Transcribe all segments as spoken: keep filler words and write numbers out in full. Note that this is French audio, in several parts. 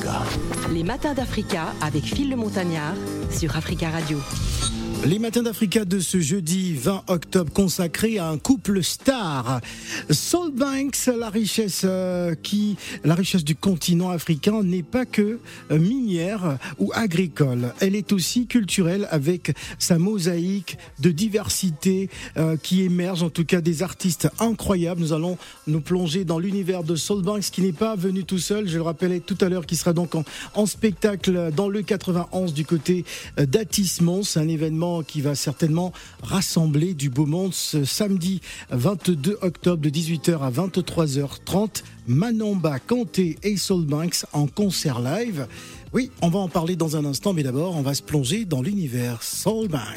Africa. Les matins d'Africa avec Phil le Montagnard sur Africa Radio. Les matins d'Africa de ce jeudi vingt octobre consacrés à un couple star. Salt Banks, la richesse euh, qui, la richesse du continent africain n'est pas que euh, minière ou agricole. Elle est aussi culturelle avec sa mosaïque de diversité euh, qui émerge, en tout cas des artistes incroyables. Nous allons nous plonger dans l'univers de Salt Banks qui n'est pas venu tout seul. Je le rappelais tout à l'heure, qui sera donc en, en spectacle dans le quatre-vingt-onze du côté euh, d'Atis-Mons. C'est un événement qui va certainement rassembler du beau monde ce samedi vingt-deux octobre de dix-huit heures à vingt-trois heures trente. Manamba, Kanté et Salt Banks en concert live. Oui, on va en parler dans un instant, mais d'abord, on va se plonger dans l'univers Salt Banks.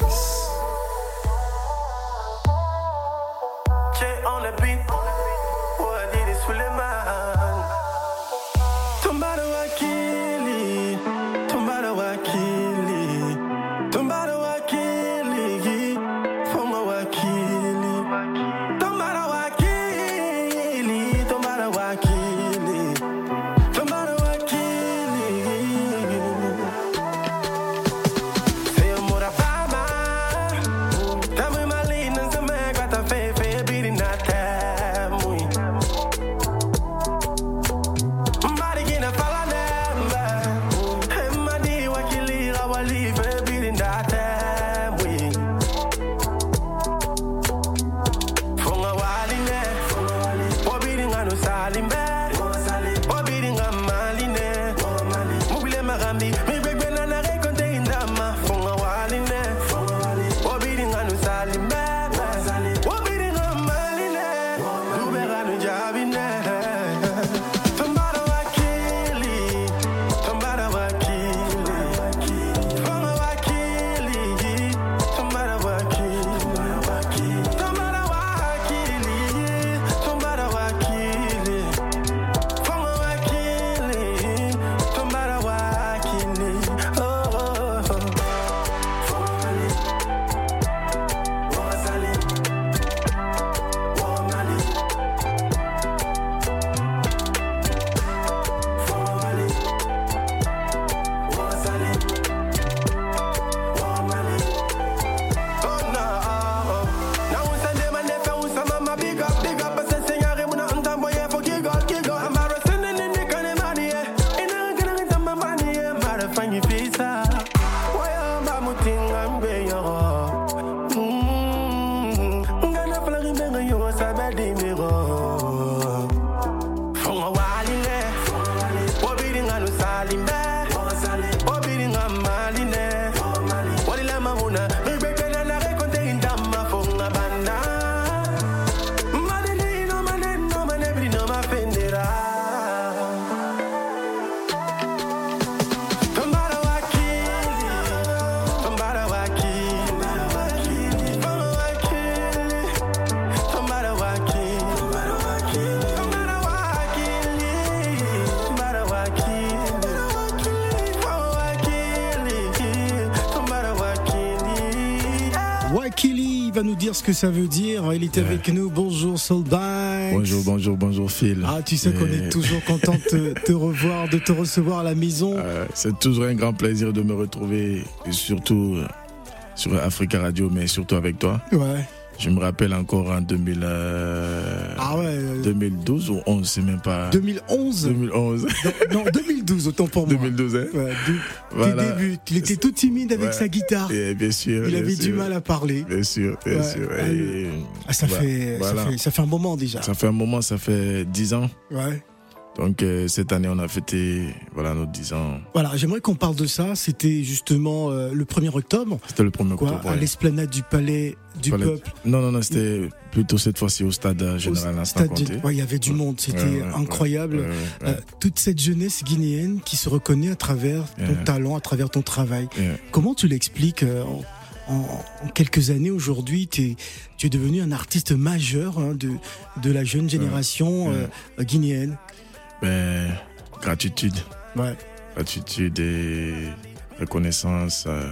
Va nous dire ce que ça veut dire. Il était ouais. avec nous. Bonjour Salt Banks. Bonjour, bonjour, bonjour Phil. Ah, tu sais Et... qu'on est toujours content de te, te revoir, de te recevoir à la maison. Euh, c'est toujours un grand plaisir de me retrouver, et surtout euh, sur Africa Radio, mais surtout avec toi. Ouais. Je me rappelle encore en deux mille, euh, ah ouais, euh... deux mille douze ou onze, c'est même pas. deux mille onze deux mille onze Non, deux mille douze, autant pour moi. deux mille douze, hein. Ouais, du, voilà. Tes débuts. Il était tout timide avec ouais. sa guitare. Et bien sûr. Il bien avait sûr. du mal à parler. Bien sûr, bien ouais. sûr. Et... Ah, ça, voilà. fait, voilà. ça, fait, ça fait un moment déjà. Ça fait un moment, ça fait dix ans. Ouais. Donc euh, cette année, on a fêté voilà, nos dix ans. Voilà, j'aimerais qu'on parle de ça. C'était justement euh, le premier octobre. C'était le premier octobre, quoi, à ouais. l'esplanade du Palais du Palais... Peuple. Non, non, non, c'était plutôt cette fois-ci au Stade Général Instant Kanté. Ouais, il y avait du monde, c'était ouais, ouais, incroyable. Ouais, ouais, ouais. Euh, toute cette jeunesse guinéenne qui se reconnaît à travers ton yeah. talent, à travers ton travail. Yeah. Comment tu l'expliques euh, en, en quelques années aujourd'hui, t'es, tu es devenu un artiste majeur hein, de, de la jeune génération ouais. euh, guinéenne. Ben, gratitude. Ouais. Gratitude et reconnaissance euh,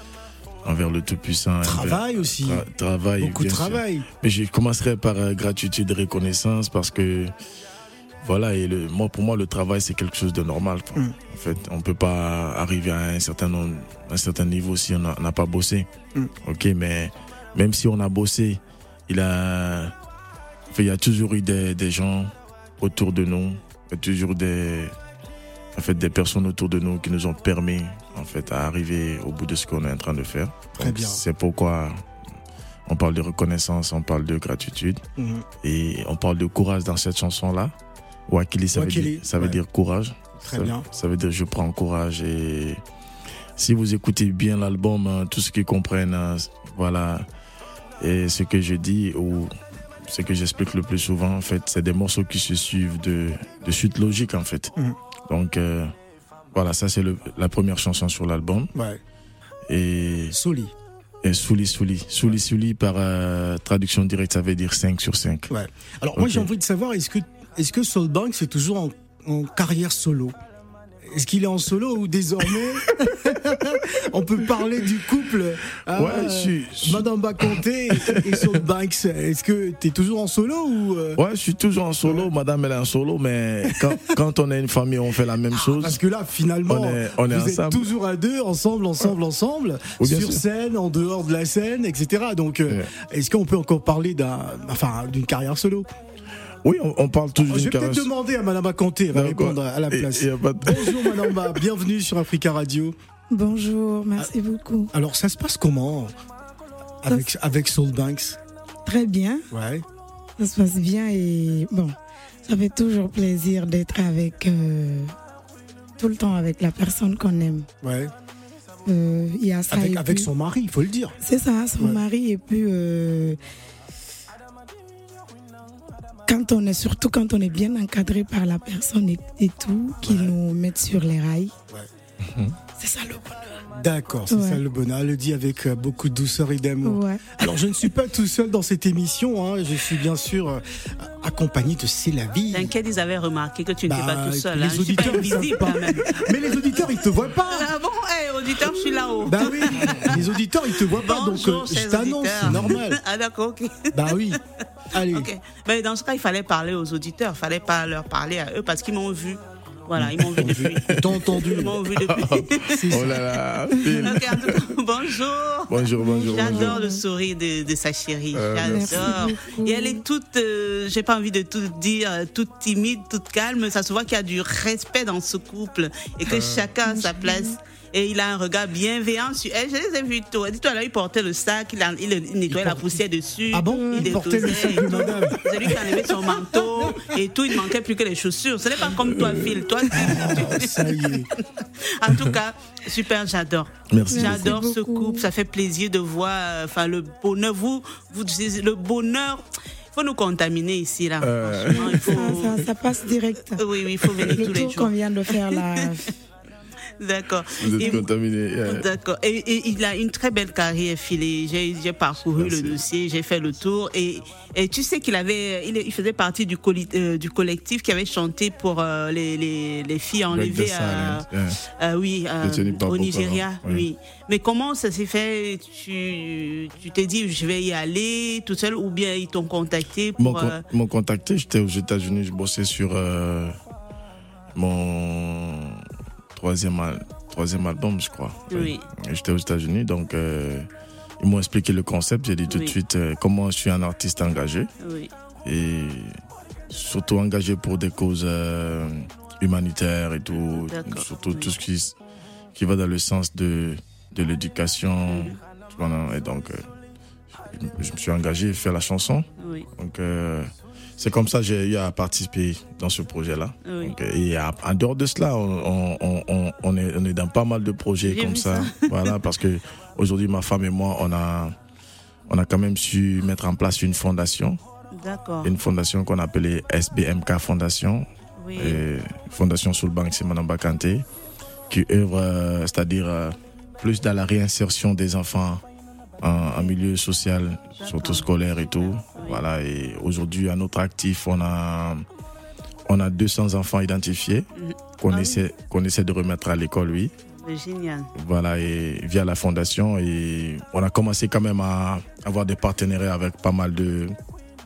envers le Tout-Puissant. Travail envers, aussi. Tra- travail. Beaucoup de travail. Sûr. Mais je commencerai par euh, gratitude et reconnaissance parce que voilà, et le, moi, pour moi, le travail, c'est quelque chose de normal. Quoi. Mm. En fait, on peut pas arriver à un certain, nombre, un certain niveau si on n'a pas bossé. Mm. Ok, mais même si on a bossé, il a, il y a toujours eu des, des gens autour de nous, il y a toujours des, en fait, des personnes autour de nous qui nous ont permis, en fait, à arriver au bout de ce qu'on est en train de faire. Très Donc, bien. C'est pourquoi on parle de reconnaissance, on parle de gratitude, Mm. et on parle de courage dans cette chanson-là. Wakili, ça, Wakili, veut dire, ça veut ouais. dire courage. Très ça, bien. Ça veut dire je prends courage. Et si vous écoutez bien l'album, hein, tout ce qu'ils comprennent, hein, voilà, et ce que je dis ou ce que j'explique le plus souvent, en fait, c'est des morceaux qui se suivent de, de suite logique, en fait. Mm. Donc, euh, voilà, ça c'est le, la première chanson sur l'album. Ouais. Et, Soli. et Souli Souli. Souli Souli, par euh, traduction directe, ça veut dire cinq sur cinq. Ouais. Alors, moi, Ok. j'ai envie de savoir, est-ce que, est-ce que Soul Banks est toujours en, en carrière solo? Est-ce qu'il est en solo ou désormais on peut parler du couple hein, Ouais, je suis- je suis- Madame Baconté et, et Soul Banks? Est-ce que tu es toujours en solo ou euh, Ouais, je suis toujours en solo, madame elle est en solo, mais quand, quand on est une famille, on fait la même chose. Parce que là, finalement, On est- on est vous êtes ensemble. toujours à deux, ensemble, ensemble, ensemble, Oui, bien sur sûr. scène, en dehors de la scène, et cetera. Donc, euh, est-ce qu'on peut encore parler d'un, enfin, d'une carrière solo? Oui, on, on parle toujours Je vais d'une peut-être carrière. demander à Madame Baconté, elle va Non, répondre quoi. à la Et- place. et y a pas de- Bonjour Madame Ba, bienvenue sur Africa Radio. Bonjour, merci beaucoup. Alors, ça se passe comment avec, avec Soul Banks? Très bien, Ouais. ça se passe bien et bon, ça fait toujours plaisir d'être avec euh, tout le temps avec la personne qu'on aime. Ouais. Euh, Il y a ça Avec, et avec puis- son mari, il faut le dire. C'est ça, son Ouais. mari et puis euh, quand on est surtout quand on est bien encadré par la personne et, et tout, qui Ouais. nous met sur les rails. Ouais. C'est ça le bonheur. D'accord, c'est Ouais. ça le bonheur. Elle le dit avec euh, beaucoup de douceur et d'amour. Ouais. Alors, je ne suis pas tout seul dans cette émission. Hein. Je suis bien sûr euh, accompagné de C'est la vie. T'inquiète, ils avaient remarqué que tu n'étais Bah, pas tout seul. les Hein. Je suis pas auditeurs, ils savent invisible pas. quand même. Mais les auditeurs, ils te voient pas. Ah bon, hey, auditeur, je suis là-haut. Bah oui, les auditeurs, ils te voient pas. Bonjour, donc, euh, je chers t'annonce, auditeurs. c'est normal. Ah d'accord, ok. Bah oui. Allez. Ok. Ben, dans ce cas, il fallait parler aux auditeurs. Il fallait pas leur parler à eux parce qu'ils m'ont vu. Voilà, ils m'ont vu depuis. Ils t'ont entendu. Ils m'ont vu depuis. C'est ça. Oh là là, Phil. Ok, en tout cas, bonjour. Bonjour, bonjour, J'adore bonjour. le sourire de, de sa chérie. Euh, merci J'adore. beaucoup. Et elle est toute, euh, j'ai pas envie de tout dire, euh, toute timide, toute calme. Ça se voit qu'il y a du respect dans ce couple et que chacun a sa place. Et il a un regard bienveillant sur elle. Je les ai vus tôt. Dis-toi, là, il portait le sac, il, a, il, il nettoyait la porte- poussière dessus. Ah bon Il portait le déposait sac et de tout. madame. C'est lui qui a enlevé son manteau et tout. Il ne manquait plus que les chaussures. Ce n'est pas comme toi, Phil. Toi, tu- Ça y est. en tout cas, super, j'adore. Merci. J'adore Merci ce beaucoup. couple. Ça fait plaisir de voir euh, enfin, le bonheur. Vous, vous, le bonheur. Il faut nous contaminer ici, là. Euh. Franchement, il Ça, faut. ça, ça passe direct. Oui, oui, il faut venir Le tous les tour qu'on jours. vient de faire là. D'accord. Vous Et- êtes contaminé. yeah. D'accord. Et, et il a une très belle carrière filée. J'ai, j'ai parcouru Merci. le dossier, j'ai fait le tour. Et, et tu sais qu'il avait, il, il faisait partie du, colli- euh, du collectif qui avait chanté pour euh, les, les, les filles Break the enlevées à, silence, yeah. euh, oui, euh, Détenues par au Boko Nigeria. Haram, oui. Oui. Mais comment ça s'est fait? Tu, tu t'es dit, je vais y aller tout seul ou bien ils t'ont contacté M'ont pour. con- euh, m'ont contacté, j'étais aux États-Unis, je bossais sur euh, mon troisième, al- troisième album, je crois. Oui. Et J'étais aux États-Unis, donc euh, ils m'ont expliqué le concept. J'ai dit tout Oui. de suite euh, comment je suis un artiste engagé oui. et surtout engagé pour des causes euh, humanitaires et tout, D'accord. surtout Oui. tout ce qui, qui va dans le sens de, de l'éducation. Tu vois, non, et donc, euh, je, je me suis engagé à faire la chanson. Oui. Donc, euh, c'est comme ça que j'ai eu à participer dans ce projet-là. Oui. Donc, et à- en dehors de cela, on, on, on, on, est, on est dans pas mal de projets J'ai comme vu ça. Voilà, parce que aujourd'hui, ma femme et moi, on a, on a quand même su mettre en place une fondation. D'accord. Une fondation qu'on appelait S B M K Fondation. Oui. Et Fondation Soul Banks, c'est Madame Bakanté, qui œuvre, euh, c'est-à-dire euh, plus dans la réinsertion des enfants en, en milieu social, surtout scolaire et tout. Oui. Voilà, et aujourd'hui, à notre actif, on a, on a deux cents enfants identifiés Mhm. qu'on Ah oui. essaie, qu'on essaie de remettre à l'école, oui. C'est génial. Voilà, et via la fondation, et on a commencé quand même à avoir des partenariats avec pas mal de,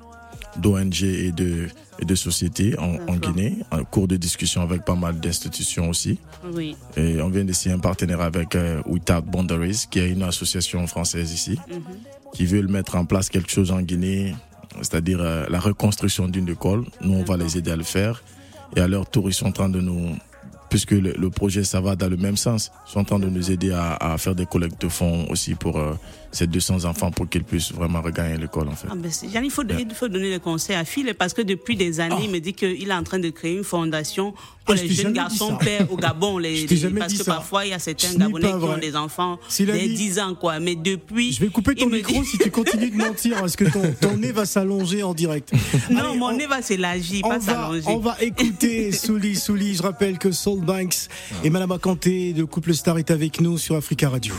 d'O N G et de, et de sociétés en, en Guinée, en cours de discussion avec pas mal d'institutions aussi. Oui. Et on vient de signer un partenariat avec euh, Without Boundaries, qui est une association française ici, mm-hmm. qui veut mettre en place quelque chose en Guinée, c'est-à-dire euh, la reconstruction d'une école. Nous, on va les aider à le faire. Et à leur tour, ils sont en train de nous... Puisque le, le projet, ça va dans le même sens. Ils sont en train de nous aider à, à faire des collectes de fonds aussi pour euh, ces deux cents enfants pour qu'ils puissent vraiment regagner l'école, en fait. Ah ben Yann, il faut, yeah. il faut donner des conseils à Phil parce que depuis des années, oh. il me dit qu'il est en train de créer une fondation pour ah, les jeunes garçons pères au Gabon. Les, les, parce que ça. Parfois, il y a certains Gabonais qui ont des enfants des dix ans, quoi. Mais depuis. Je vais couper ton micro dit... si tu continues de mentir parce que ton, ton nez va s'allonger en direct. Non, Allez, mon on, nez va s'élargir, pas s'allonger. On va écouter Souli Souli. Je rappelle que Soul Banks et Madame Kanté de Couple Star est avec nous sur Africa Radio.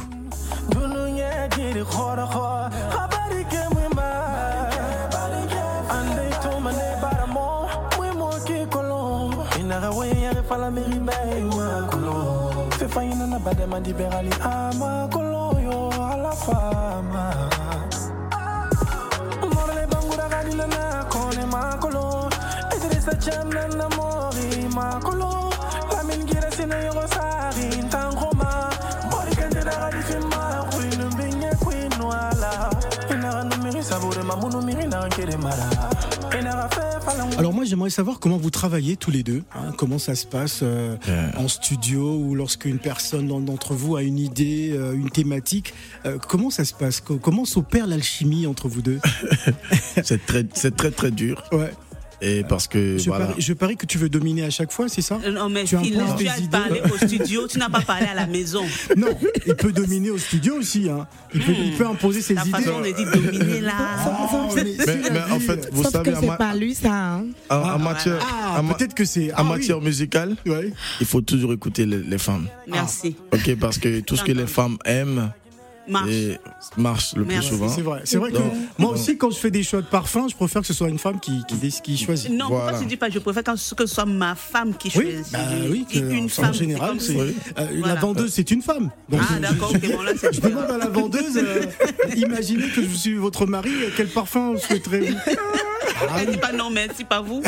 Alors moi j'aimerais savoir comment vous travaillez tous les deux, hein, comment ça se passe euh, yeah. en studio ou lorsqu'une personne d'entre vous a une idée, euh, une thématique, euh, comment ça se passe, comment s'opère l'alchimie entre vous deux? C'est très, c'est très très dur. Ouais. Et parce que je, voilà. parie, je parie que tu veux dominer à chaque fois, c'est ça? Non mais tu Phil, tu as parlé au studio, tu n'as pas parlé à la maison. Non, il peut dominer au studio aussi. Hein. Il, peut, mmh. il peut imposer ses la idées. La façon de dire dominer là. Oh, mais, mais, mais en fait, vous Sauf savez, que c'est ma... pas lui ça. Hein. En, en ah, matière, ah, en peut-être que c'est en ah, matière oui. musicale, ouais. il faut toujours écouter les, les femmes. Merci. Ok, parce que tout ce que les femmes aiment. Marche. Et marche le Merci. plus souvent. C'est vrai. C'est vrai que donc, moi donc. aussi, quand je fais des choix de parfum, je préfère que ce soit une femme qui, qui, qui choisit. Non, voilà. pourquoi tu dis pas je préfère que ce soit ma femme qui oui, choisit? Bah oui, que, une en femme. général, c'est, oui. euh, voilà. La vendeuse, c'est une femme. Donc, ah, d'accord, ok, bon, là, c'est je demande à la vendeuse, euh, imaginez que je suis votre mari, quel parfum souhaiterez-vous? Ah, elle dit pas non, merci, pas vous.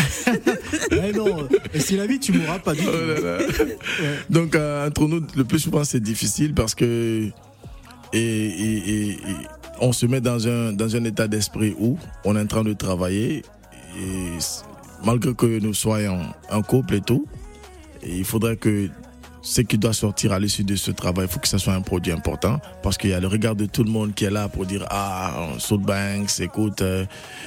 Eh non, et c'est la vie, tu mourras pas du tout. Oh là là. Ouais. Donc, euh, entre nous, le plus souvent, c'est difficile parce que. Et, et, et, et on se met dans un, dans un état d'esprit où on est en train de travailler et malgré que nous soyons un couple et tout, et il faudrait que ce qui doit sortir à l'issue de ce travail, il faut que ce soit un produit important parce qu'il y a le regard de tout le monde qui est là pour dire ah, Soul Banks, écoute, euh,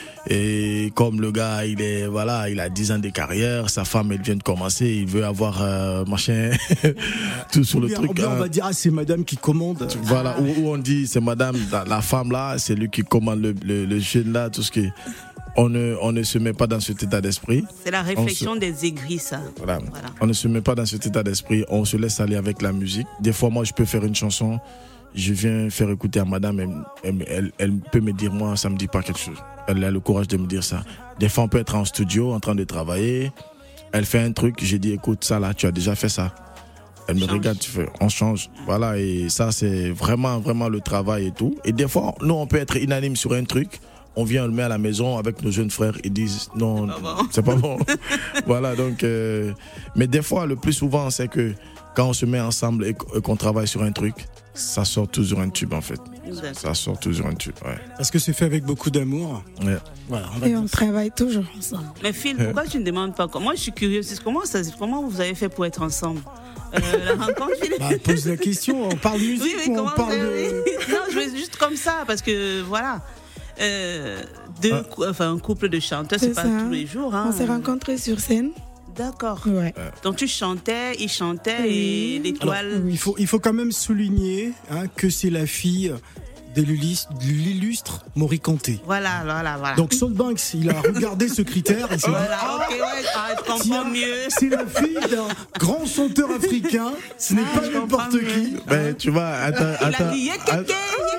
et comme le gars, il est voilà, il a dix ans de carrière, sa femme elle vient de commencer, il veut avoir euh, machin tout sur le bien, truc. Bien, hein. On va dire ah c'est madame qui commande. Voilà, ah. où, où on dit c'est madame, la, la femme là, c'est lui qui commande le, le, le jeune là, tout ce qui. On ne, on ne se met pas dans cet état d'esprit. C'est la réflexion se... des aigris, ça. Voilà. voilà. On ne se met pas dans cet état d'esprit. On se laisse aller avec la musique. Des fois, moi, je peux faire une chanson. Je viens faire écouter à madame. Elle, elle, elle, elle peut me dire, moi, ça me dit pas quelque chose. Elle a le courage de me dire ça. Des fois, on peut être en studio, en train de travailler. Elle fait un truc. J'ai dit, écoute, ça là, tu as déjà fait ça. Elle me change. Regarde, tu fais, on change. Voilà. Et ça, c'est vraiment, vraiment le travail et tout. Et des fois, nous, on peut être unanime sur un truc. On vient, on le met à la maison avec nos jeunes frères. Ils disent non, c'est pas bon. C'est pas bon. Voilà, donc. Euh, mais des fois, le plus souvent, c'est que quand on se met ensemble et qu'on travaille sur un truc, ça sort toujours un tube en fait. Exactement. Ça sort toujours un tube. Ouais. Parce que c'est fait avec beaucoup d'amour. Ouais. Voilà, on et on travaille toujours ensemble. Mais Phil, pourquoi tu ne demandes pas? Moi, je suis curieuse. Comment, ça, comment vous avez fait pour être ensemble? Euh, la rencontre, bah, pose la question. On parle musique oui, oui, ou on parle de... Non, je vais juste comme ça parce que voilà. Euh, deux, ah. enfin, un couple de chanteurs, c'est, c'est pas ça. Tous les jours. Hein. On s'est rencontrés sur scène. D'accord. Ouais. Donc tu chantais, il chantait oui. Et l'étoile. Alors, il faut, il faut quand même souligner hein, que c'est la fille de l'illustre Maury Kanté. Voilà, voilà, voilà. Donc Soul Banks, il a regardé ce critère et s'est voilà, dit, ah, ok, ouais, ah, je comprends tiens, mieux. C'est la fille d'un grand chanteur africain. Ce n'est ah, pas n'importe qui. Ben, tu vois, attends, il attends. A dit, attends.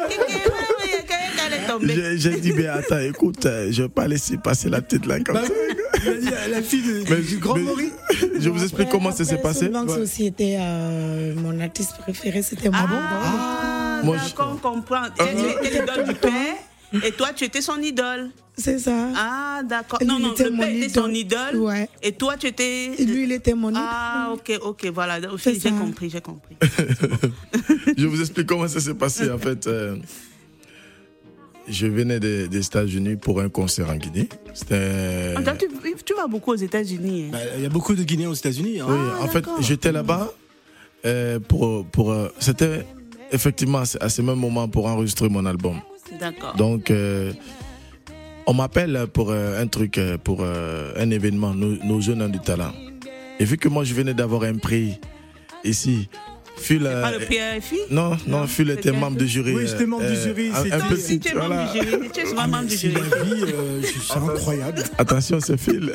J'ai, j'ai dit, mais attends, écoute, euh, je vais pas laisser passer la tête là comme bah, ça. Il a dit la fille de, mais, du grand Maury. Je vous explique comment ça s'est passé. Soul Banks aussi était euh, mon artiste préféré, c'était moi. Ah, bon ah, moi, d'accord, je... on comprend. Elle était l'idole du père. Et toi, tu étais son idole. C'est ça. Ah, d'accord. Et lui, Non, il non, était le mon père était son idole. Ouais. Et toi, tu étais. Et lui, il était mon idole. Ah, ok, ok, voilà. C'est J'ai ça. compris, j'ai compris. Je vous explique comment ça s'est passé. En fait, euh, je venais des, des États-Unis pour un concert en Guinée. C'était. Ah, tu, tu vas beaucoup aux États-Unis. Hein. Bah, il y a beaucoup de Guinéens aux États-Unis. Hein. Oui, Ah, en fait, d'accord. j'étais là-bas euh, pour. pour euh, c'était effectivement à ce même moment pour enregistrer mon album. D'accord. Donc, euh, on m'appelle pour euh, un truc, euh, pour euh, un événement, nos, nos jeunes ont du talent. Et vu que moi, je venais d'avoir un prix ici, Phil. Pas euh, le P R F I? Non, non, Non, Phil était c'était- membre du jury. Oui, j'étais membre euh, du jury, Un, c'était- un Non, peu si tu es membre voilà. du jury, tu es souvent Ah, membre mais du c'est jury. la vie, euh, c'est incroyable. Attention, c'est Phil.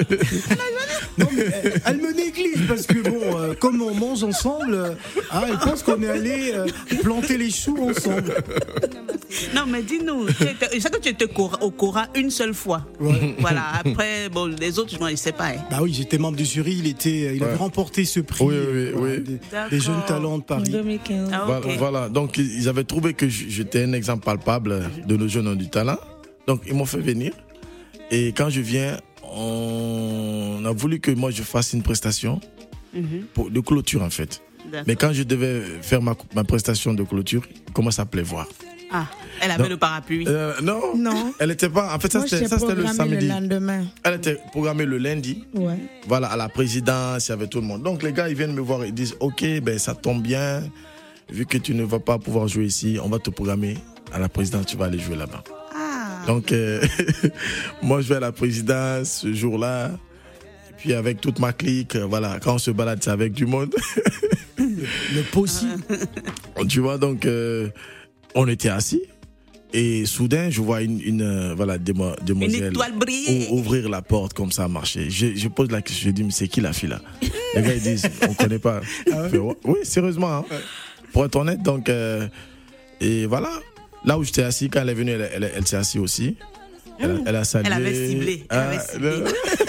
Non, mais euh, elle me néglige parce que bon, euh, comme on mange ensemble, euh, ah, elle pense qu'on est allé euh, planter les choux ensemble. Non, mais dis-nous, tu étais- je sais que tu étais cor- au Cora une seule fois. Ouais. Voilà, après, bon, les autres, je ne sais pas. Hein. Bah oui, j'étais membre du jury, il était, il avait Ouais. remporté ce prix Oui, oui, euh, voilà, oui. des, D'accord. des jeunes talents de En Paris. deux mille quinze. Ah, Voilà, ok. voilà. Donc ils avaient trouvé que j- j'étais un exemple palpable de nos jeunes ont du talent. Donc ils m'ont fait venir. Et quand je viens, on a voulu que moi je fasse une prestation Mhm. pour, de clôture en fait. D'accord. Mais quand je devais faire ma, ma prestation de clôture, il commence à pleuvoir. Ah, elle avait Non. le parapluie. Euh, non, Non. elle était pas. En fait, ça Moi, c'était j'étais ça, c'était le programmée le samedi. lendemain. Elle était programmée le lundi. Ouais. Voilà, à la présidence, il y avait tout le monde. Donc les gars, ils viennent me voir, ils disent, ok, ben ça tombe bien, vu que tu ne vas pas pouvoir jouer ici, on va te programmer à la présidence, tu vas aller jouer là-bas. Ah. Donc euh, moi, je vais à la présidence ce jour-là, et puis avec toute ma clique, euh, voilà, quand on se balade, c'est avec du monde, Le possible. tu vois. Donc euh, on était assis. Et soudain, je vois une, une euh, voilà, démo- Une demoiselle étoile brillée. ou- ouvrir la porte comme ça, marcher. Je, je pose la question, je dis, mais c'est qui la fille là? Les gars, ils disent, on connaît pas. Je fais, Ouais. Oui, sérieusement. Hein. Pour être honnête, donc, euh, et voilà. Là où j'étais assis, quand elle est venue, elle, elle, elle s'est assise aussi. Elle, a- elle a salué. Elle avait ciblé, elle avait Ah, ciblé. non.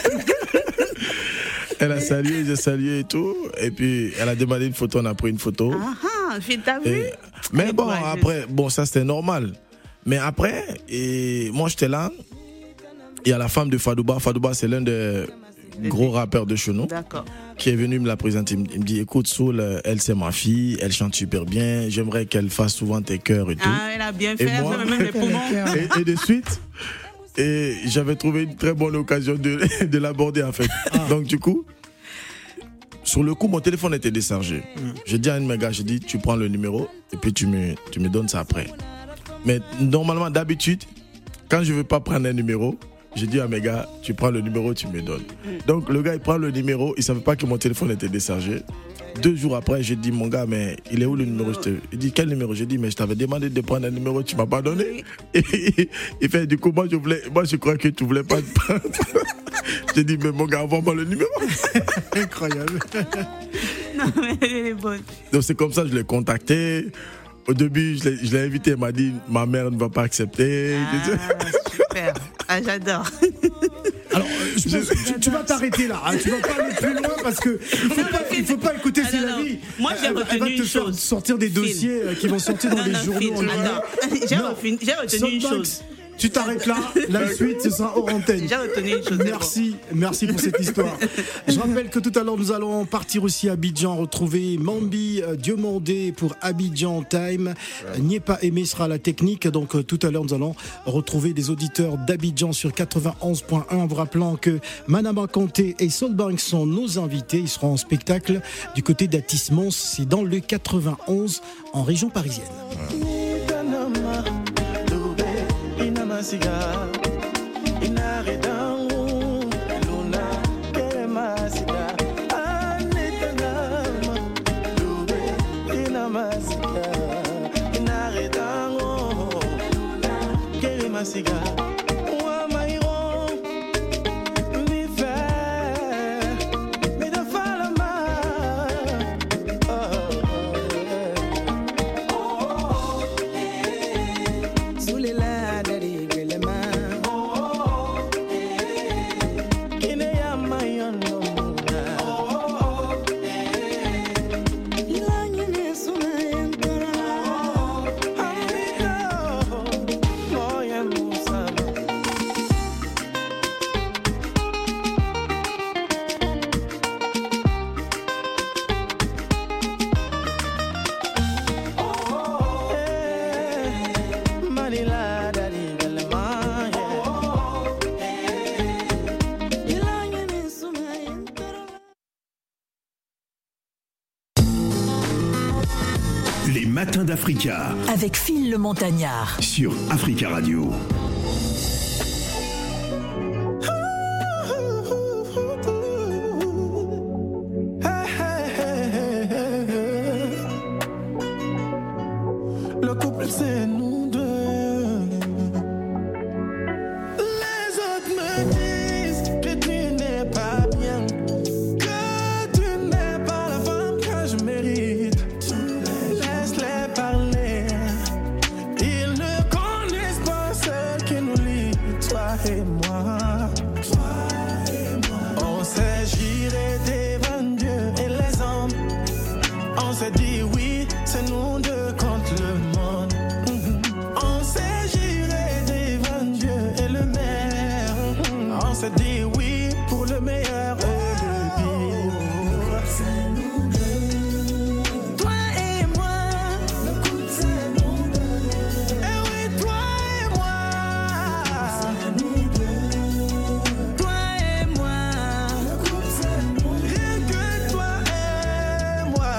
Elle a salué, j'ai salué et tout. Et puis, elle a demandé une photo, on a pris une photo. Ah, ah, t'as vu? Et- mais Elle est bon, courageuse. après, bon, ça c'était normal. Mais après, et moi j'étais là. Il y a la femme de Fadouba. Fadouba, c'est l'un des gros rappeurs de chez nous D'accord. qui est venu me la présenter. Il me il me dit, écoute, Soul, euh, elle c'est ma fille, elle chante super bien. J'aimerais qu'elle fasse souvent tes chœurs et tout. Ah, elle a bien fait, elle moi fait même les poumons. Et, et de suite, et j'avais trouvé une très bonne occasion de, de l'aborder en fait. Donc du coup, sur le coup, mon téléphone était déchargé. J'ai dit à un de mes gars, j'ai dit, tu prends le numéro et puis tu me, tu me donnes ça après. Mais normalement, d'habitude, quand je ne veux pas prendre un numéro, j'ai dit à mes gars, tu prends le numéro, tu me donnes. Donc le gars, il prend le numéro, il ne savait pas que mon téléphone était déchargé. Deux jours après, j'ai dit, mon gars, mais il est où le numéro? Je te- Il dit, quel numéro? J'ai dit, mais je t'avais demandé de prendre un numéro, tu ne m'as pas donné. Et il fait, du coup, moi, je, voulais, moi, je crois que tu ne voulais pas te prendre. J'ai dit, mais mon gars, envoie-moi le numéro. Incroyable. Non, mais elle est bonne. Donc c'est comme ça que je l'ai contacté. Au début, je l'ai, je l'ai invité, elle m'a dit, ma mère ne va pas accepter. Ah, super. Ah, j'adore. Alors, euh, je pense que tu, tu vas t'arrêter là. Hein, tu vas pas aller plus loin parce que il faut pas, il faut pas écouter Ah, c'est non, la non. vie. Moi, j'ai Elle- elle retenu va te une faire chose. sortir des Phil. dossiers euh, qui vont sortir dans Non, les non, journaux. Phil, anglais. attends. J'ai Non. retenu- j'ai retenu une Softbanks, chose. Tu t'arrêtes là. La suite, ce sera hors antenne. J'ai retenu une chose. c'est Merci, merci pour cette histoire. Je rappelle que tout à l'heure, nous allons partir aussi à Abidjan, retrouver Mambi euh, Diomandé pour Abidjan Time. Euh, N'y est pas aimé sera la technique. Donc euh, tout à l'heure, nous allons retrouver des auditeurs d'Abidjan sur quatre-vingt-onze point un en vous rappelant que Manama Kanté et Soulbanks sont nos invités. Ils seront en spectacle du côté d'Atis-Mons. C'est dans le quatre-vingt-onze en région parisienne. Sulela dari gelema, Matins d'Africa. Avec Phil le Montagnard. Sur Africa Radio. Le couple, c'est nous deux. Les autres me disent que tu n'es pas bien, que tu n'es pas la femme que je mérite. Laisse-les parler. Ils ne connaissent pas ce qui nous lie, toi et moi. Toi et moi. On s'est juré devant Dieu et les hommes. On s'est dit oui, c'est nous deux contre le monde. Mm-hmm. On s'est juré devant Dieu et le maire. Mm-hmm. On s'est dit oui pour le meilleur et le pire. C'est nous deux. Toi et moi. Le couple, c'est nous deux. Eh oui, toi et moi. C'est nous deux. Toi et moi. Le couple, c'est nous deux. Rien que toi et moi.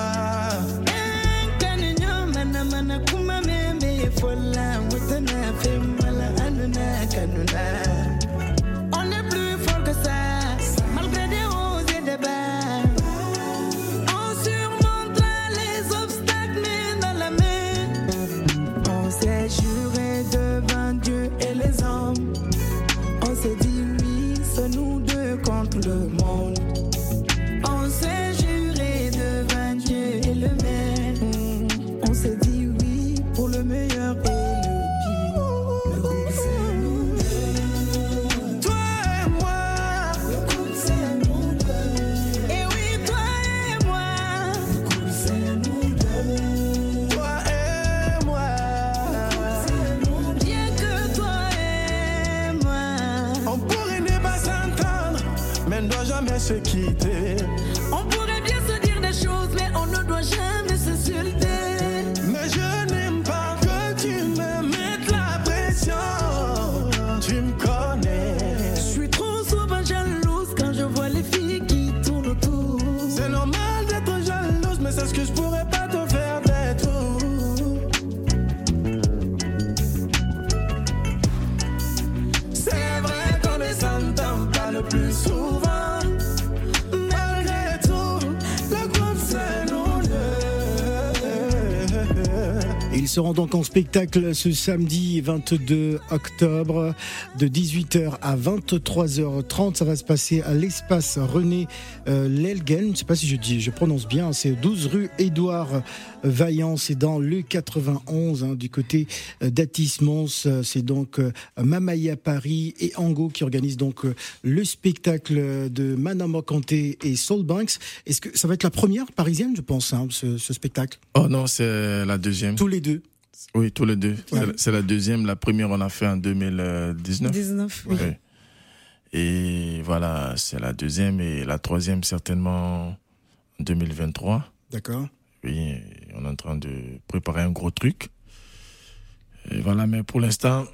On est plus fort que ça, malgré des hauts et des bas. On surmontera les obstacles, mais dans la main. On s'est juré devant Dieu et les hommes. On s'est dit oui, c'est nous deux contre le monde. On s'est juré devant Dieu et le maire. On s'est dit oui pour le meilleur et le pire. Le couple, c'est nous deux. Toi et moi. Le couple, c'est nous deux. Et oui, toi et moi. Le couple, c'est nous deux. Toi et moi. Le couple, c'est nous deux. Bien que toi et moi. On pourrait ne pas s'entendre, mais on ne doit jamais se quitter. On pourrait bien se dire des choses, mais on ne doit jamais s'insulter. Mais je n'aime pas que tu me mettes la pression. Tu me connais. Je suis trop souvent jalouse quand je vois les filles qui tournent autour. C'est normal d'être jalouse, mais c'est ce que je pourrais pas te faire d'être. C'est vrai qu'on ne s'entend pas le plus souvent. Malgré tout, le groupe, c'est nous deux. Ils seront donc en spectacle ce samedi vingt-deux octobre de dix-huit heures à vingt-trois heures trente. Ça va se passer à l'espace René euh, Lelgen. Je ne sais pas si je dis, je prononce bien. C'est douze rue Édouard Vaillant. C'est dans le quatre-vingt-onze, hein, du côté euh, d'Atis Mons. C'est donc euh, Mamaya Paris et Ango qui organisent donc euh, le spectacle de Manama Kanté et Soul Banks. Est-ce que ça va être la première parisienne, je pense, hein, ce, ce spectacle? Oh non, c'est la deuxième. Tous les deux. Oui, tous les deux. Ouais. C'est la- C'est la deuxième. La première, on a fait en deux mille dix-neuf. dix-neuf, oui. Ouais. Et voilà, c'est la deuxième. Et la troisième, certainement, en deux mille vingt-trois. D'accord. Oui, on est en train de préparer un gros truc. Et voilà, mais pour l'instant,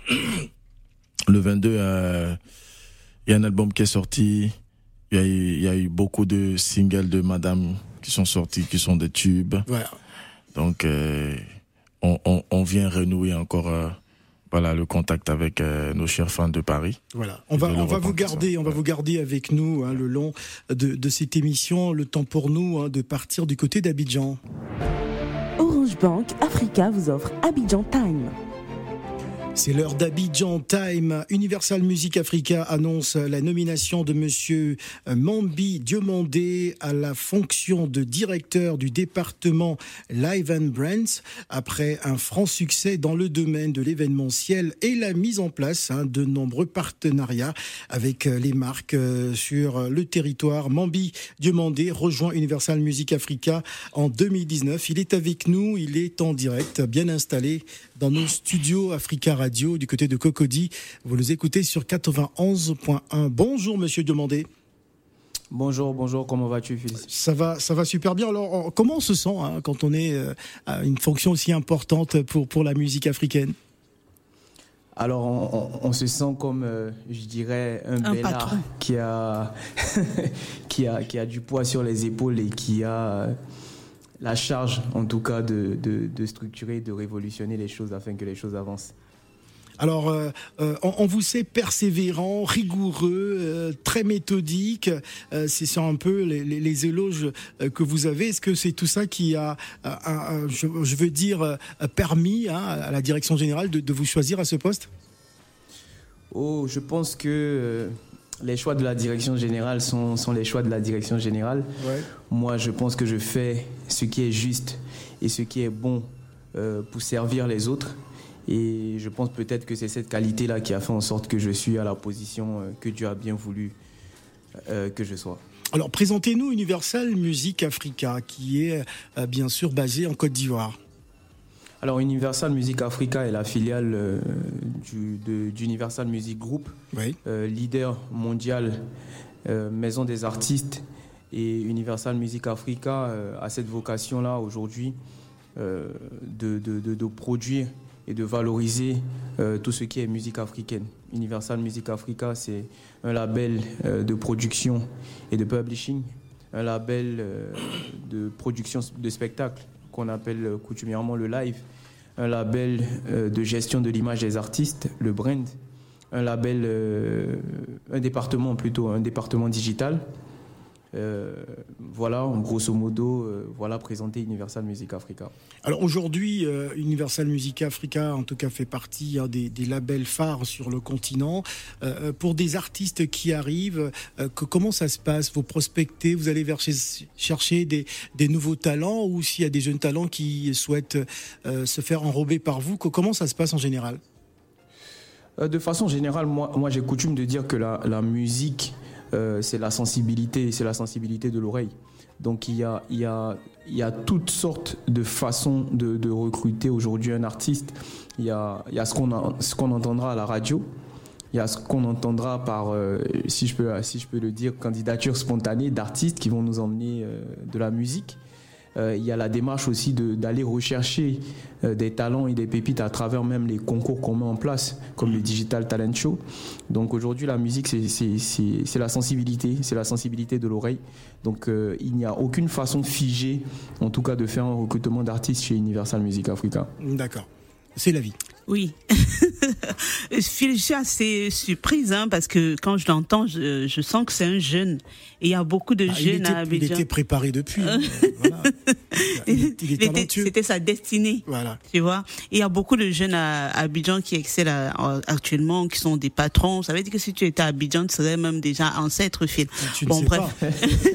le vingt-deux, euh, il y a un album qui est sorti. Il y a eu, il y a eu beaucoup de singles de Madame qui sont sortis, qui sont des tubes. Voilà. Donc, euh, on, on, on vient renouer encore euh, voilà, le contact avec euh, nos chers fans de Paris. Voilà, on va, De on va l'Europe, vous en garder, tout on ça. va vous garder avec nous, hein, le long de, de cette émission. Le temps pour nous, hein, de partir du côté d'Abidjan. Orange Bank Africa vous offre Abidjan Time. C'est l'heure d'Abidjan Time. Universal Music Africa annonce la nomination de monsieur Mambi Diomandé à la fonction de directeur du département Live and Brands après un franc succès dans le domaine de l'événementiel et la mise en place, hein, de nombreux partenariats avec les marques euh, sur le territoire. Mambi Diomandé rejoint Universal Music Africa en deux mille dix-neuf. Il est avec nous, il est en direct, bien installé dans nos studios Africa Radio du côté de Cocody. Vous nous écoutez sur quatre-vingt-onze point un. Bonjour monsieur Diomandé. Bonjour, bonjour, comment vas-tu, Félix? Ça va, ça va super bien. Alors, on- comment on se sent, hein, quand on est euh, à une fonction aussi importante pour, pour la musique africaine? Alors, on, on- on se sent comme, euh, je dirais, un, Un bellard patron. qui a, qui, a, qui a du poids sur les épaules et qui a la charge, en tout cas, de, de, de structurer, de révolutionner les choses afin que les choses avancent. Alors, euh, euh, on, on vous sait persévérant, rigoureux, euh, très méthodique. Euh, c'est sur un peu les, les, les éloges euh, que vous avez. Est-ce que c'est tout ça qui a, euh, euh, je, je veux dire, euh, permis hein, à la direction générale de, de vous choisir à ce poste ? Oh, je pense que euh, les choix de la direction générale sont, sont les choix de la direction générale. Ouais. Moi, je pense que je fais ce qui est juste et ce qui est bon euh, pour servir les autres. Et je pense peut-être que c'est cette qualité-là qui a fait en sorte que je suis à la position que Dieu a bien voulu euh, que je sois. Alors, présentez-nous Universal Music Africa, qui est euh, bien sûr basé en Côte d'Ivoire. Alors, Universal Music Africa est la filiale euh, du, de, d'Universal Music Group, oui. euh, leader mondial, euh, maison des artistes. Et Universal Music Africa euh, a cette vocation-là aujourd'hui euh, de, de, de, de produire et de valoriser euh, tout ce qui est musique africaine. Universal Music Africa, c'est un label euh, de production et de publishing, un label euh, de production de spectacles qu'on appelle coutumièrement le live, un label euh, de gestion de l'image des artistes, le brand, un label, euh, un département plutôt, un département digital. Euh, voilà, grosso modo, euh, voilà présenté Universal Music Africa. Alors aujourd'hui, euh, Universal Music Africa, en tout cas, fait partie hein, des, des labels phares sur le continent. Euh, pour des artistes qui arrivent, euh, que, comment ça se passe ? Vous prospectez, vous allez vers chez, chercher des, des nouveaux talents, ou s'il y a des jeunes talents qui souhaitent euh, se faire enrober par vous, que, comment ça se passe en général ? euh, De façon générale, moi, moi j'ai coutume de dire que la, la musique, Euh, c'est la sensibilité, c'est la sensibilité de l'oreille. Donc il y a, il y a, il y a toutes sortes de façons de, de recruter aujourd'hui un artiste. Il y a, il y a ce qu'on a, ce qu'on entendra à la radio. Il y a ce qu'on entendra par, euh, si je peux, si je peux le dire, candidature spontanée d'artistes qui vont nous emmener euh, de la musique. Euh, il y a la démarche aussi de, d'aller rechercher euh, des talents et des pépites à travers même les concours qu'on met en place, comme le Digital Talent Show. Donc aujourd'hui, la musique, c'est, c'est, c'est, c'est la sensibilité, c'est la sensibilité de l'oreille. Donc euh, il n'y a aucune façon figée, en tout cas, de faire un recrutement d'artistes chez Universal Music Africa. D'accord, c'est la vie. Oui. Je suis assez surprise hein, parce que quand je l'entends, je, je sens que c'est un jeune. Et il y a beaucoup de bah, jeunes il était, à Abidjan. Il était préparé depuis. hein, voilà. il, est, il est talentueux. C'était sa destinée. Voilà. Tu vois. Et il y a beaucoup de jeunes à, à Abidjan qui excellent à, actuellement, qui sont des patrons. Ça veut dire que si tu étais à Abidjan, tu serais même déjà ancêtre, Phil. Tu bon, ne sais bref. pas.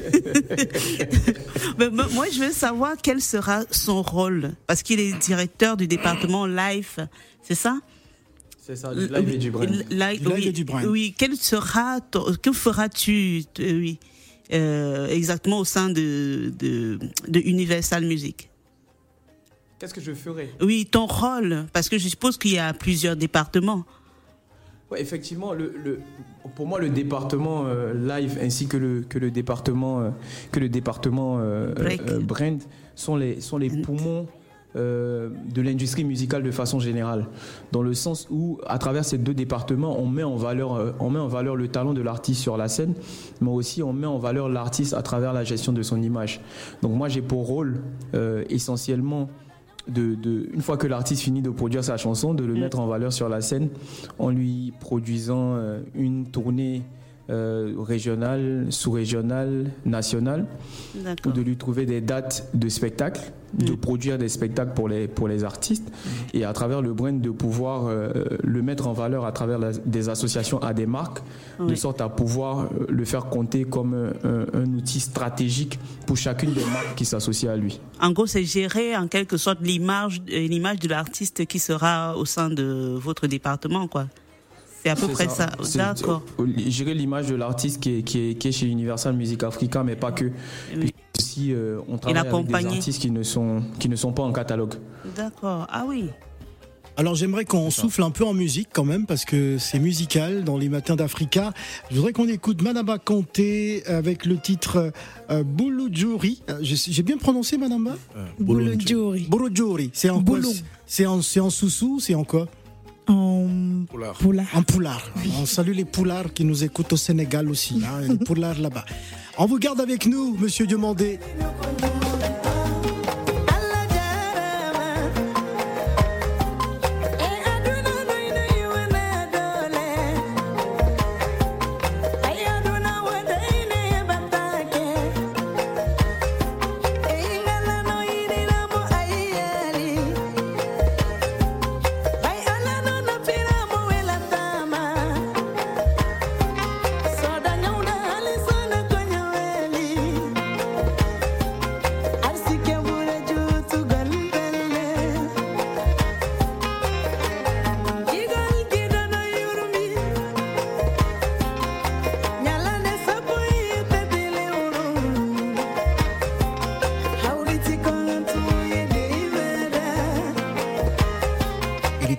Mais, mais, moi, je veux savoir quel sera son rôle. Parce qu'il est directeur du département Live. C'est ça? C'est ça, du live et du brand. Live, du live oui, et du brand. Oui, quel sera, que feras-tu, oui, euh, exactement au sein de, de, de Universal Music? Qu'est-ce que je ferai? Oui, ton rôle, parce que je suppose qu'il y a plusieurs départements. Ouais, effectivement, le, le, pour moi, le département euh, live ainsi que le, que le département, euh, que le département euh, euh, brand sont les, sont les poumons Euh, de l'industrie musicale de façon générale, dans le sens où à travers ces deux départements on met en valeur, euh, on met en valeur le talent de l'artiste sur la scène, mais aussi on met en valeur l'artiste à travers la gestion de son image. Donc moi j'ai pour rôle euh, essentiellement de, de, une fois que l'artiste finit de produire sa chanson, de le mettre en valeur sur la scène en lui produisant euh, une tournée Euh, régionale, sous-régionale, nationale, ou de lui trouver des dates de spectacles, mmh. de produire des spectacles pour les, pour les artistes, mmh. et à travers le brand de pouvoir euh, le mettre en valeur à travers la, des associations à des marques, oui. de sorte à pouvoir euh, le faire compter comme un, un outil stratégique pour chacune des marques qui s'associent à lui. En gros, c'est gérer en quelque sorte l'image, l'image de l'artiste qui sera au sein de votre département, quoi. C'est à peu c'est près ça, ça. D'accord. Gérer l'image de l'artiste qui est, qui, est, qui est chez Universal Music Africa, mais pas que. Oui. Aussi, euh, on travaille avec des artistes qui ne, sont, qui ne sont pas en catalogue. D'accord, ah oui. Alors j'aimerais qu'on souffle un peu en musique quand même, parce que c'est musical dans les matins d'Africa. Je voudrais qu'on écoute Manaba Kanté avec le titre euh, Bouloudjouri. J'ai bien prononcé, Manaba euh, Bouloudjouri. Bouloudjouri. C'est en quoi? C'est en, c'est en soussou, c'est en quoi? En poulard. poulard. En poulard. Oui. On salue les poulards qui nous écoutent au Sénégal aussi. Hein, les poulards là-bas. On vous garde avec nous, Monsieur Diomandé.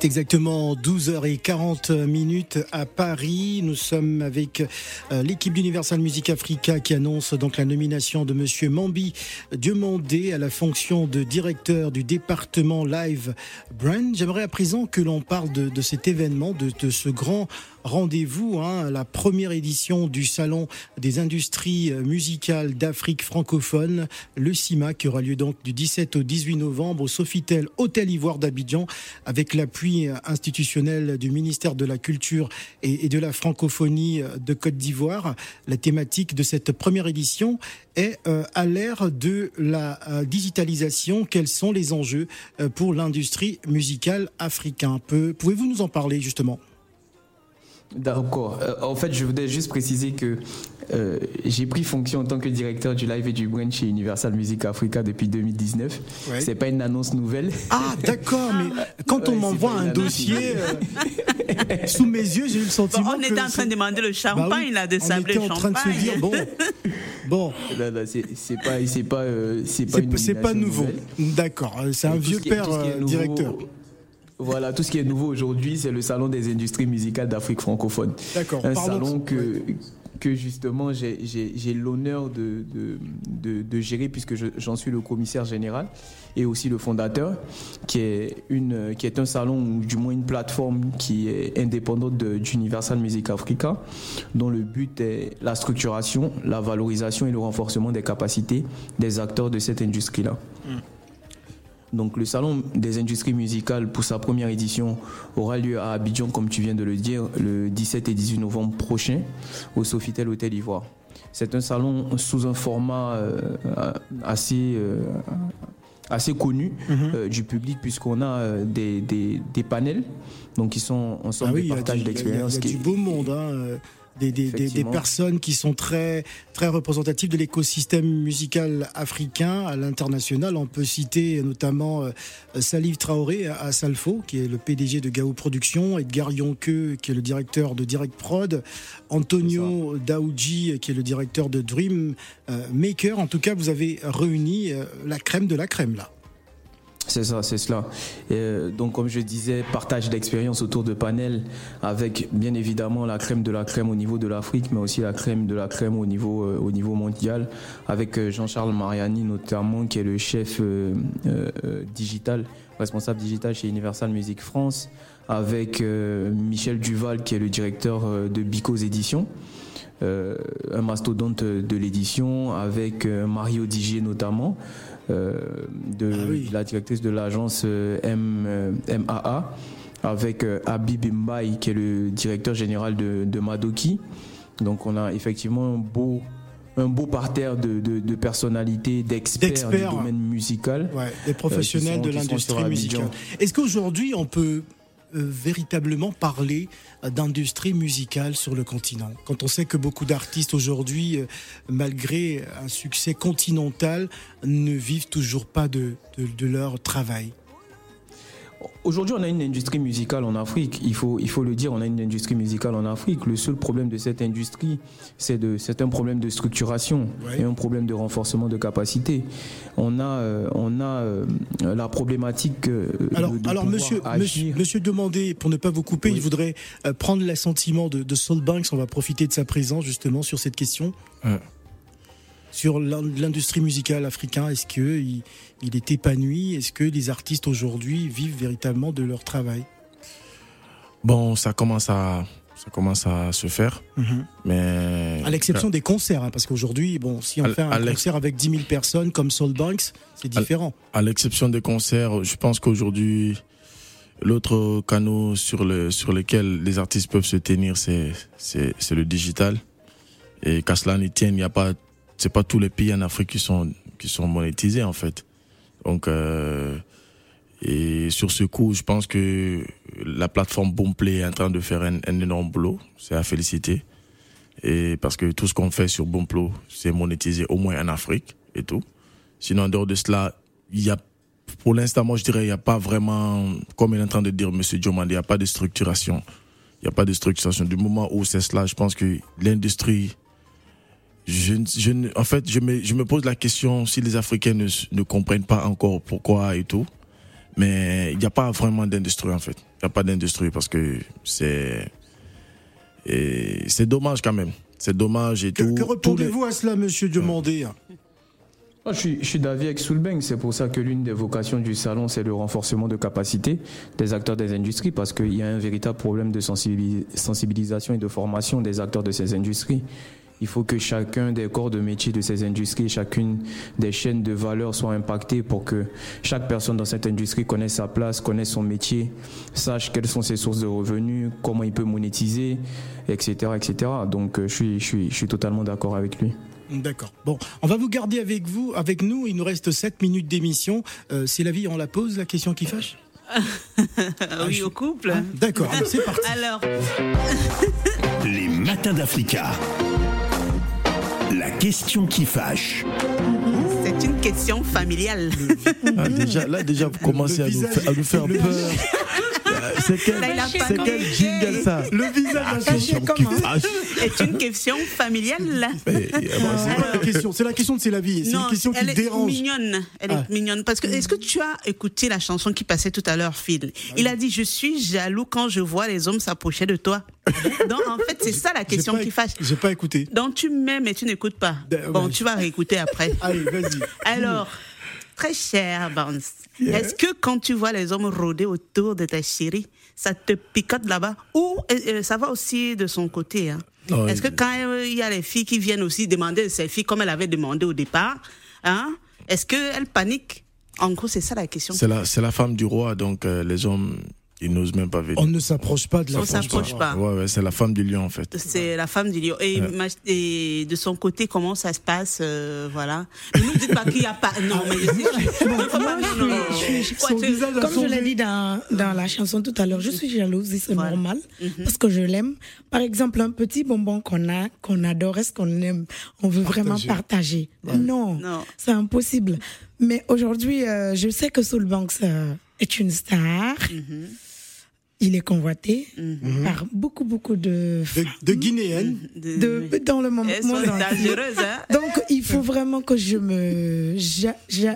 exactement douze heures quarante minutes à Paris. Nous sommes avec euh, l'équipe d'Universal Music Africa qui annonce donc la nomination de Monsieur Mambi Diomandé à la fonction de directeur du département Live Brand. J'aimerais à présent que l'on parle de, de cet événement, de, de ce grand rendez-vous, hein, la première édition du Salon des industries musicales d'Afrique francophone, le C I M A, qui aura lieu donc du dix-sept au dix-huit novembre au Sofitel Hôtel Ivoire d'Abidjan, avec l'appui institutionnel du ministère de la Culture et, et de la Francophonie de Côte d'Ivoire. La thématique de cette première édition est euh, à l'ère de la euh, digitalisation. Quels sont les enjeux euh, pour l'industrie musicale africaine? Peu, pouvez-vous nous en parler justement? D'accord. Euh, en fait, je voudrais juste préciser que euh, j'ai pris fonction en tant que directeur du live et du brand chez Universal Music Africa depuis deux mille dix-neuf. Ouais. C'est pas une annonce nouvelle. Ah, d'accord. Mais quand ouais, on m'envoie un dossier euh, sous mes yeux, j'ai eu le sentiment bon, on que était en train de demander le champagne, bah oui, là, de sabler champagne. On était en train de se dire bon, bon. Là, là, c'est, c'est pas, c'est pas, euh, c'est pas, c'est, une c'est pas nouveau. Nouvelle. D'accord. C'est un vieux père nouveau, directeur. Voilà, tout ce qui est nouveau aujourd'hui, c'est le Salon des industries musicales d'Afrique francophone. D'accord. Un Pardon. salon que, ouais. que justement j'ai, j'ai, j'ai l'honneur de, de, de, de gérer, puisque je, j'en suis le commissaire général et aussi le fondateur, qui est, une, qui est un salon, ou du moins une plateforme qui est indépendante de, d'Universal Music Africa, dont le but est la structuration, la valorisation et le renforcement des capacités des acteurs de cette industrie-là. Mmh. Donc le Salon des industries musicales pour sa première édition aura lieu à Abidjan, comme tu viens de le dire, le dix-sept et dix-huit novembre prochain au Sofitel Hôtel Ivoire. C'est un salon sous un format euh, assez, euh, assez connu mm-hmm. euh, du public, puisqu'on a euh, des, des, des panels donc qui sont en sorte ah oui, de partage du, d'expérience. Il y a, y a du beau monde, hein. Des, des, des, des personnes qui sont très, très représentatives de l'écosystème musical africain à l'international. On peut citer notamment euh, Salif Traoré à, à Salfo, qui est le P D G de Gao Productions, Edgar Yonke, qui est le directeur de Direct Prod, Antonio Daoudji, qui est le directeur de Dream euh, Maker. En tout cas, vous avez réuni euh, la crème de la crème, là. C'est ça, c'est cela. Et donc, comme je disais, partage d'expérience autour de panels avec, bien évidemment, la crème de la crème au niveau de l'Afrique, mais aussi la crème de la crème au niveau, euh, au niveau mondial, avec Jean-Charles Mariani, notamment, qui est le chef euh, euh, digital, responsable digital chez Universal Music France, avec euh, Michel Duval, qui est le directeur euh, de Bicos Éditions. Euh, un mastodonte de l'édition, avec euh, Mario Digier notamment, euh, de, ah oui. la directrice de l'agence euh, M, euh, M A A, avec euh, Habib Mbaye, qui est le directeur général de, de Madoki. Donc on a effectivement un beau, un beau parterre de, de, de personnalités, d'experts, d'experts du domaine musical. Ouais, des professionnels euh, sont, de l'industrie musicale. Est-ce qu'aujourd'hui on peut Euh, véritablement parler euh, d'industrie musicale sur le continent, quand on sait que beaucoup d'artistes aujourd'hui, euh, malgré un succès continental, ne vivent toujours pas de, de, de leur travail? Aujourd'hui, on a une industrie musicale en Afrique. Il faut, il faut le dire, on a une industrie musicale en Afrique. Le seul problème de cette industrie, c'est, de, c'est un problème de structuration ouais. et un problème de renforcement de capacité. On a, euh, on a euh, la problématique euh, alors, de, de alors monsieur, monsieur, monsieur Diomandé, pour ne pas vous couper, oui. il voudrait euh, prendre l'assentiment de, de Soul Banks. On va profiter de sa présence justement sur cette question. Ouais. Sur l'industrie musicale africaine, est-ce qu'il il est épanoui? Est-ce que les artistes aujourd'hui vivent véritablement de leur travail? Bon, ça commence à, ça commence à se faire. Mm-hmm. Mais à l'exception des concerts, hein, parce qu'aujourd'hui, bon, si on à, fait un concert avec dix mille personnes comme Soul Banks, c'est différent. À, à l'exception des concerts, je pense qu'aujourd'hui, l'autre canal sur, le, sur lequel les artistes peuvent se tenir, c'est, c'est, c'est le digital. Et qu'à cela n'y tienne, il n'y a pas... C'est pas tous les pays en Afrique qui sont qui sont monétisés en fait. Donc euh, et sur ce coup, je pense que la plateforme Boomplay est en train de faire un, un énorme boulot. C'est à féliciter. Et parce que tout ce qu'on fait sur Boomplay, c'est monétisé au moins en Afrique et tout. Sinon, en dehors de cela, il y a pour l'instant, moi je dirais, il y a pas vraiment, comme il est en train de dire Monsieur Diomandé, il y a pas de structuration. Il y a pas de structuration. Du moment où c'est cela, je pense que l'industrie Je, je, en fait, je me, je me pose la question si les Africains ne, ne comprennent pas encore pourquoi et tout. Mais il n'y a pas vraiment d'industrie en fait. Il n'y a pas d'industrie parce que c'est et c'est dommage quand même. C'est dommage et que, tout. Que répondez-vous les... à cela, monsieur Diomandé? Je suis, je suis d'avis avec Soulbeng, c'est pour ça que l'une des vocations du salon, c'est le renforcement de capacité des acteurs des industries, parce qu'il y a un véritable problème de sensibilis- sensibilisation et de formation des acteurs de ces industries. Il faut que chacun des corps de métier de ces industries, chacune des chaînes de valeur soit impactée pour que chaque personne dans cette industrie connaisse sa place, connaisse son métier, sache quelles sont ses sources de revenus, comment il peut monétiser, et cetera, et cetera. Donc je suis, je suis, je suis totalement d'accord avec lui. D'accord. Bon, on va vous garder avec vous, avec nous. Il nous reste sept minutes d'émission. Euh, c'est la vie, on la pose, la question qui fâche. Oui, au couple. Ah, d'accord, allez, c'est parti. Alors. Les matins d'Africa. La question qui fâche. C'est une question familiale. Ah, déjà, là, déjà, vous commencez à nous, faire, à nous faire peur. C'est quel, c'est quel jingle ça? Le visage ah, question qui fâche. C'est une question familiale. Mais, c'est pas la question. C'est la question de C'est la vie. C'est non, une question qui elle dérange. Elle est mignonne. Elle ah. est mignonne. Parce que, est-ce que tu as écouté la chanson qui passait tout à l'heure, Phil? Il a dit, je suis jaloux quand je vois les hommes s'approcher de toi. Donc, en fait, c'est ça la question qui fâche. J'ai pas écouté. Donc, tu m'aimes et tu n'écoutes pas. Bon, tu vas réécouter après. Allez, vas-y. Alors, très cher Barnes, yeah. Est-ce que quand tu vois les hommes rôder autour de ta chérie, ça te picote là-bas? Ou euh, ça va aussi de son côté, hein? Oh, est-ce que quand il euh, y a les filles qui viennent aussi demander des selfies comme elle avait demandé au départ, hein, est-ce qu'elles paniquent? En gros, c'est ça la question. C'est la, c'est la femme du roi, donc euh, les hommes, ils n'osent même pas venir. On ne s'approche pas de la femme. On ne s'approche pas. Ouais, ouais, c'est la femme du lion en fait. C'est la femme du lion. Et, ouais. ma, et de son côté, comment ça se passe, euh, voilà. Ne nous dites pas qu'il n'y a pas. Non, mais je sais. Bon, moi, je non, je suis, je suis, je, comme je l'ai dit dans, dans la chanson tout à l'heure, je suis jalouse et c'est voilà. normal mm-hmm. parce que je l'aime. Par exemple, un petit bonbon qu'on a, qu'on adore, est-ce qu'on aime, on veut partager. Vraiment partager? Ouais. Non, non, c'est impossible. Mais aujourd'hui, euh, je sais que Soulbeng euh, est une star. Mm-hmm. Il est convoité mm-hmm. par beaucoup, beaucoup de de, de Guinéennes de, de, dans le moment. Elles sont dangereuses, hein? Donc, il faut vraiment que je me... Je, je,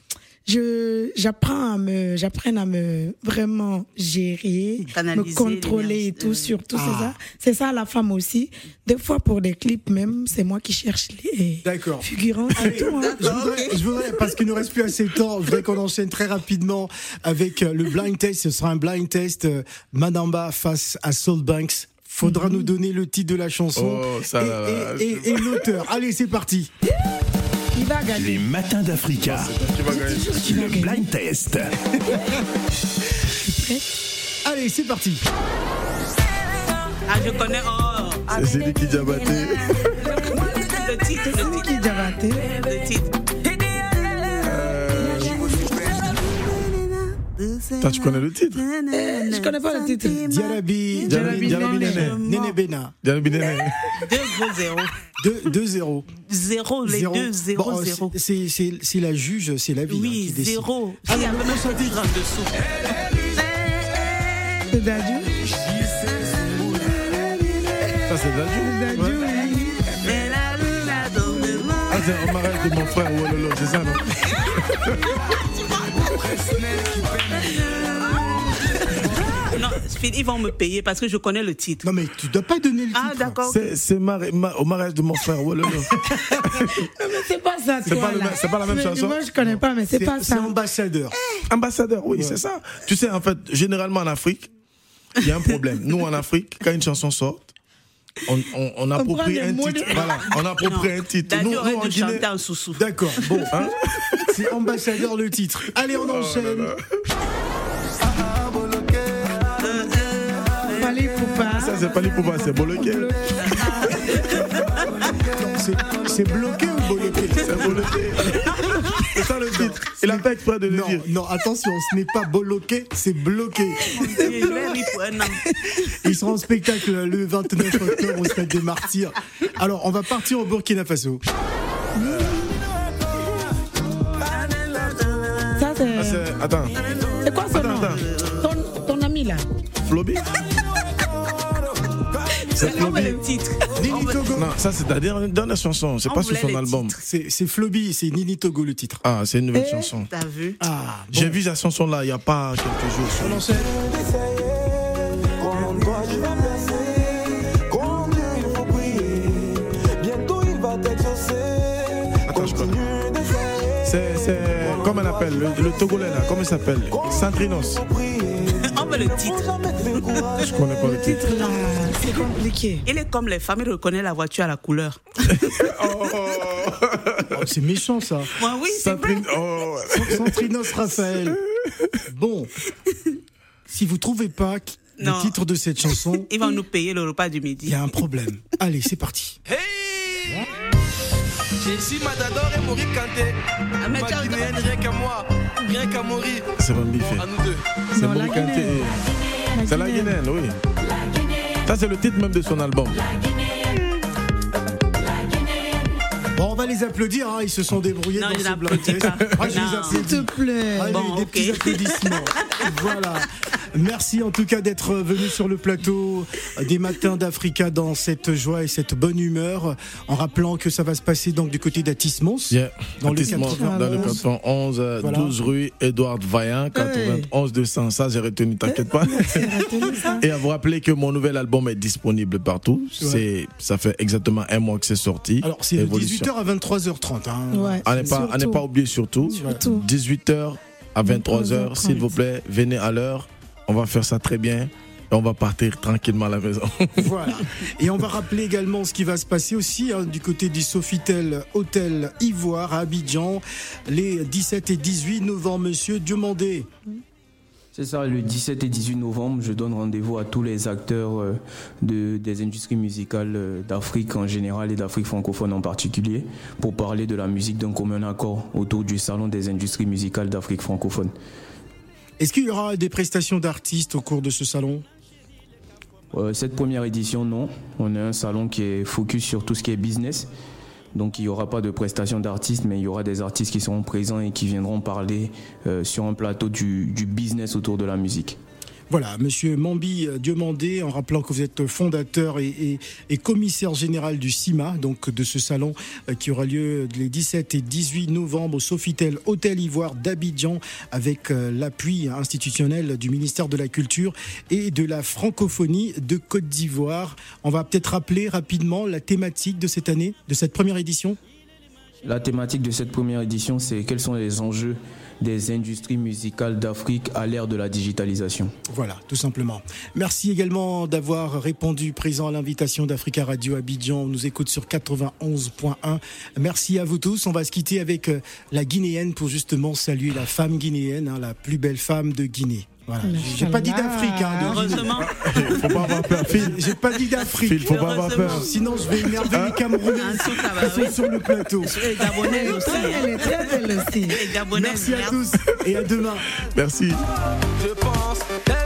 je, j'apprends à me, j'apprenne à me vraiment gérer, canaliser, me contrôler et tout, surtout ah. c'est ça. C'est ça la femme aussi. Des fois pour des clips même, c'est moi qui cherche les D'accord. figurants et tout. Hein. Je voudrais, je voudrais, parce qu'il ne reste plus assez de temps, je voudrais qu'on enchaîne très rapidement avec le blind test. Ce sera un blind test Madamba face à Soulbeng. Faudra mm-hmm. nous donner le titre de la chanson oh, ça, et, là, là, et, et, et l'auteur. Allez, c'est parti. Il va gagner. Les matins d'Africa. Le blind test. Allez, c'est parti. Ah, je connais. Oh. C'est celui qui Diabaté. Le titre, le titre. Qui Diabaté. Le titre. Toi, tu connais le titre? euh, Je connais pas le titre. Diarabi, Diarabi, Diarabi, Néné Bena. Diarabi Néné. deux zéro. deux zéro. Zéro, les deux, zéro, bon, zéro. C'est, c'est, c'est la juge, c'est la vie. Oui, hein, qui décide. Zéro. Ah, il y a même un titre en dessous. C'est Dadju. Ça, c'est Dadju. Dadju, oui. Ah, c'est un mariage de mon frère Wololo, c'est ça, non? Non, ils vont me payer parce que je connais le titre. Non, mais tu dois pas donner le titre. Ah, d'accord. C'est, c'est mari- ma- au mariage de mon frère Wololo. Non, mais c'est pas ça, c'est, pas le, c'est pas la même mais, chanson. Moi, je connais pas, mais c'est, c'est pas c'est ça. Ambassadeur. Ambassadeur, oui, ouais. C'est ça. Tu sais, en fait, généralement en Afrique, il y a un problème. Nous, en Afrique, quand une chanson sort, On, on, on approprie un titre. De... Voilà, on approprie un titre. Nous, nous en Guinée... chanter en sous-sous. D'accord. Bon, hein c'est Ambassadeur le titre. Allez, on enchaîne. Oh là là. Pali Poupa. Ça, c'est Pali Poupa, c'est bloqué. c'est, c'est bloqué ou bloqué? C'est bloqué. C'est ça le titre. Il a pas exprès de le non, dire. Non, attention, ce n'est pas bloqué, c'est bloqué. C'est bloqué. Ils seront en spectacle le vingt-neuf octobre au Stade des Martyrs. Alors, on va partir au Burkina Faso. Ça, c'est... Ah, c'est... Attends. C'est quoi ça? Ton, ton ami là? Flobi. C'est Flobi. Le titre. Nini Togo. Non, ça c'est la dernière, dernière chanson, c'est On pas sur son voulait les album. titres. C'est, c'est Floby, c'est Nini Togo le titre. Ah, c'est une nouvelle Eh, chanson. T'as vu? Ah, bon. J'ai vu la chanson là il y a pas quelques jours. Sur On enchaîne. Attends, je connais. C'est, c'est, comment on appelle, le, le Togolais là, comment il s'appelle? Santrinos. On veut le titre. Je connais pas le titre. Là, c'est compliqué. Il est comme les femmes, il reconnaît la voiture à la couleur. Oh, c'est méchant ça. Moi, oui, c'est vrai. Santrin- oh, ouais. Santrinos Raphaël. Bon, si vous trouvez pas le Non. titre de cette chanson, Ils vont nous payer le repas du il midi. y a un problème. Allez, c'est parti. Hey, je suis Matador et Maurice Kanté. Ah, mais Ma tiens, Guinéenne, rien qu'à moi, rien qu'à Maurice. C'est pas Biffé. À nous deux. C'est Non, la Maurice Kanté. Guinée. La C'est la Guinée. Guinéenne, oui. Ça, c'est le titre même de son album. Bon, on va les applaudir, hein, ils se sont débrouillés Non, dans je ce blind n'applaudis test. pas. Ah, je les Non. applaudis. S'il te plaît. Allez, Bon, des ok. petits applaudissements. Voilà. Merci en tout cas d'être venu sur le plateau des matins d'Africa dans cette joie et cette bonne humeur, en rappelant que ça va se passer donc du côté d'Atis-Mons, Yeah. dans le Artissement, quatre-vingt-onze. dans le quatre-vingt-onze, euh, Voilà. douze rue Édouard Vaillant, quatre-vingt-onze deux cents. Ça, j'ai retenu, t'inquiète pas. Et à vous rappeler que mon nouvel album est disponible partout. C'est, ça fait exactement un mois que c'est sorti. Alors c'est de Évolution. dix-huit heures à vingt-trois heures trente. Hein. Ouais, À ne pas, à ne surtout. pas oublier surtout, Surtout. dix-huit heures à vingt-trois heures, s'il vous plaît, venez à l'heure. On va faire ça très bien. Et on va partir tranquillement à la maison. Voilà. Et on va rappeler également ce qui va se passer aussi hein, du côté du Sofitel Hôtel Ivoire à Abidjan, les dix-sept et dix-huit novembre, monsieur Diomandé. C'est ça, le dix-sept et dix-huit novembre, je donne rendez-vous à tous les acteurs euh, de, des industries musicales euh, d'Afrique en général et d'Afrique francophone en particulier pour parler de la musique d'un commun accord autour du Salon des industries musicales d'Afrique francophone. Est-ce qu'il y aura des prestations d'artistes au cours de ce salon ? Euh, cette première édition, non. On a un salon qui est focus sur tout ce qui est business. Donc il n'y aura pas de prestations d'artistes, mais il y aura des artistes qui seront présents et qui viendront parler euh, sur un plateau du, du business autour de la musique. Voilà, monsieur Mambi Diomandé, en rappelant que vous êtes fondateur et, et, et commissaire général du C I M A, donc de ce salon euh, qui aura lieu les dix-sept et dix-huit novembre au Sofitel Hôtel Ivoire d'Abidjan, avec euh, l'appui institutionnel du ministère de la Culture et de la francophonie de Côte d'Ivoire. On va peut-être rappeler rapidement la thématique de cette année, de cette première édition. La thématique de cette première édition, c'est quels sont les enjeux des industries musicales d'Afrique à l'ère de la digitalisation. Voilà, tout simplement. Merci également d'avoir répondu présent à l'invitation d'Africa Radio Abidjan. On nous écoute sur quatre-vingt-onze point un. Merci à vous tous. On va se quitter avec la Guinéenne pour justement saluer la femme guinéenne, hein, la plus belle femme de Guinée. Voilà. J'ai pas dit d'Afrique, hein, de Heureusement. Faut pas avoir peur, Phil. J'ai pas dit d'Afrique. Phil, faut pas avoir peur. Sinon, je vais énerver les Camerounais En tout cas, qui bah, sont oui. sur le plateau. Les Gabonais aussi. Elle est très belle aussi. Les Gabonais. Merci à tous et à demain. Merci. Je pense.